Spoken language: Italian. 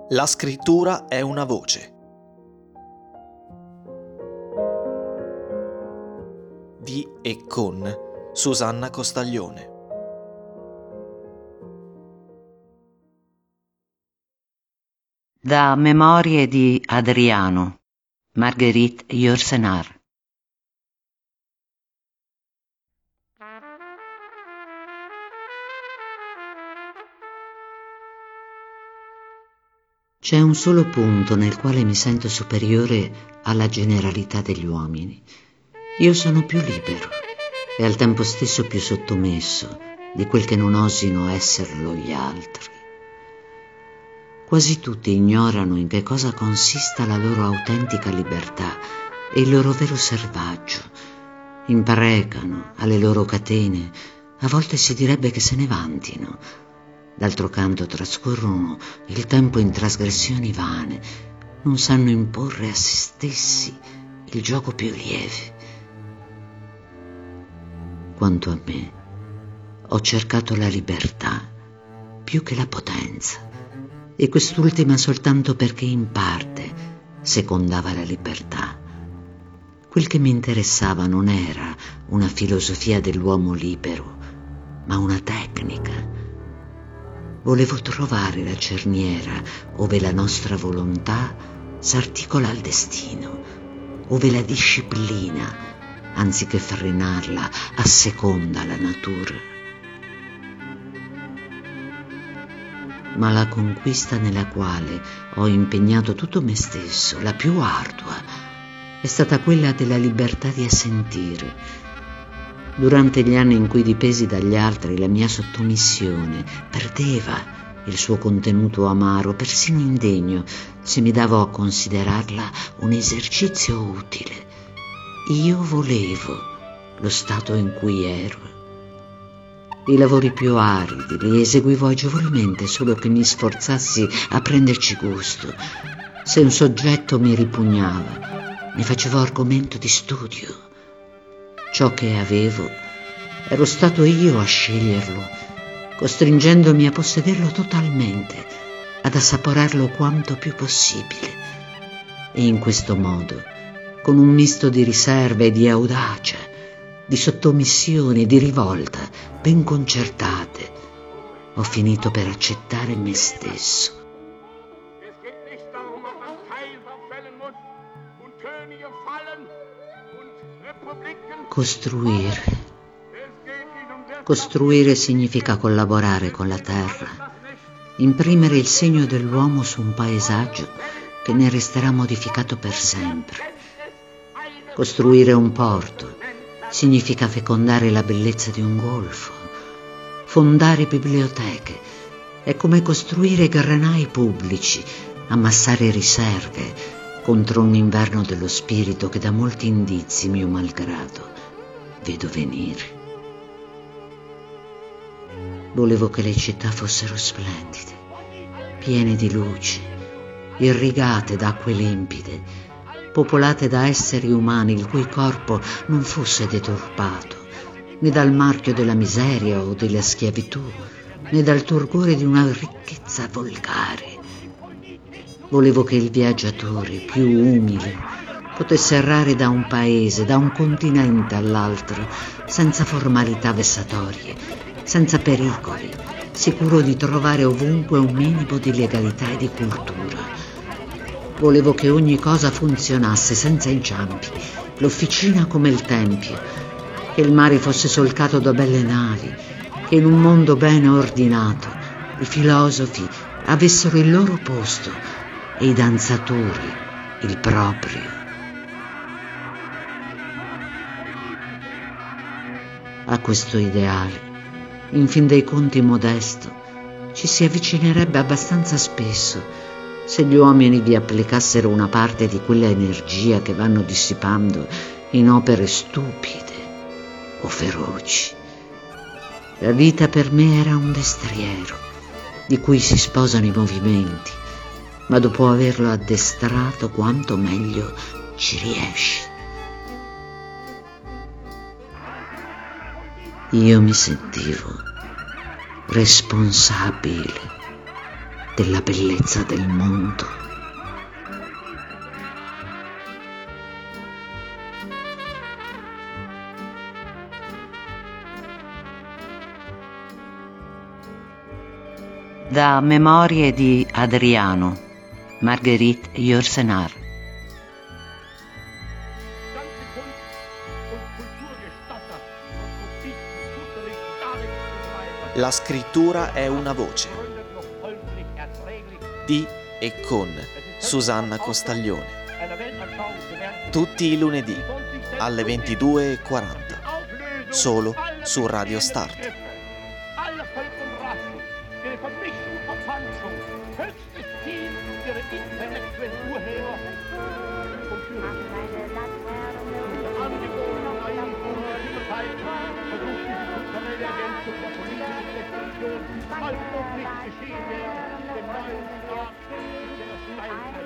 La scrittura è una voce. Di e con Susanna Costaglione. Da Memorie di Adriano, Marguerite Yourcenar. C'è un solo punto nel quale mi sento superiore alla generalità degli uomini. Io sono più libero e al tempo stesso più sottomesso di quel che non osino esserlo gli altri. Quasi tutti ignorano in che cosa consista la loro autentica libertà e il loro vero selvaggio. Imprecano alle loro catene, a volte si direbbe che se ne vantino. D'altro canto trascorrono il tempo in trasgressioni vane, non sanno imporre a se stessi il gioco più lieve. Quanto a me, ho cercato la libertà più che la potenza, e quest'ultima soltanto perché in parte secondava la libertà. Quel che mi interessava non era una filosofia dell'uomo libero, ma una tecnica. Volevo trovare la cerniera ove la nostra volontà s'articola al destino, ove la disciplina, anziché frenarla, asseconda la natura. Ma la conquista nella quale ho impegnato tutto me stesso, la più ardua, è stata quella della libertà di assentire. Durante gli anni in cui dipesi dagli altri, la mia sottomissione perdeva il suo contenuto amaro, persino indegno, se mi davo a considerarla un esercizio utile. Io volevo lo stato in cui ero. I lavori più aridi li eseguivo agevolmente, solo che mi sforzassi a prenderci gusto. Se un soggetto mi ripugnava, ne facevo argomento di studio. Ciò che avevo ero stato io a sceglierlo, costringendomi a possederlo totalmente, ad assaporarlo quanto più possibile. E in questo modo, con un misto di riserva e di audacia, di sottomissione e di rivolta ben concertate, ho finito per accettare me stesso. Costruire significa collaborare con la terra, imprimere il segno dell'uomo su un paesaggio che ne resterà modificato per sempre. Costruire un porto significa fecondare la bellezza di un golfo. Fondare biblioteche è come costruire granai pubblici, ammassare riserve contro un inverno dello spirito che da molti indizi, mio malgrado, vedo venire. Volevo che le città fossero splendide, piene di luce, irrigate d'acque limpide, popolate da esseri umani il cui corpo non fosse deturpato, né dal marchio della miseria o della schiavitù, né dal turgore di una ricchezza volgare. Volevo che il viaggiatore più umile potesse errare da un paese, da un continente all'altro, senza formalità vessatorie, senza pericoli, sicuro di trovare ovunque un minimo di legalità e di cultura. Volevo che ogni cosa funzionasse senza inciampi, l'officina come il tempio, che il mare fosse solcato da belle navi, che in un mondo bene ordinato i filosofi avessero il loro posto e i danzatori il proprio. A questo ideale, in fin dei conti modesto, ci si avvicinerebbe abbastanza spesso se gli uomini vi applicassero una parte di quella energia che vanno dissipando in opere stupide o feroci. La vita per me era un destriero di cui si sposano i movimenti, ma dopo averlo addestrato quanto meglio ci riesce. Io mi sentivo responsabile della bellezza del mondo. Da Memorie di Adriano, Marguerite Yourcenar. La scrittura è una voce. Di e con Susanna Costaglione. Tutti i lunedì alle 22:40. Solo su Radio Start. Also nicht geschehen wäre, den neuen Staat der Stein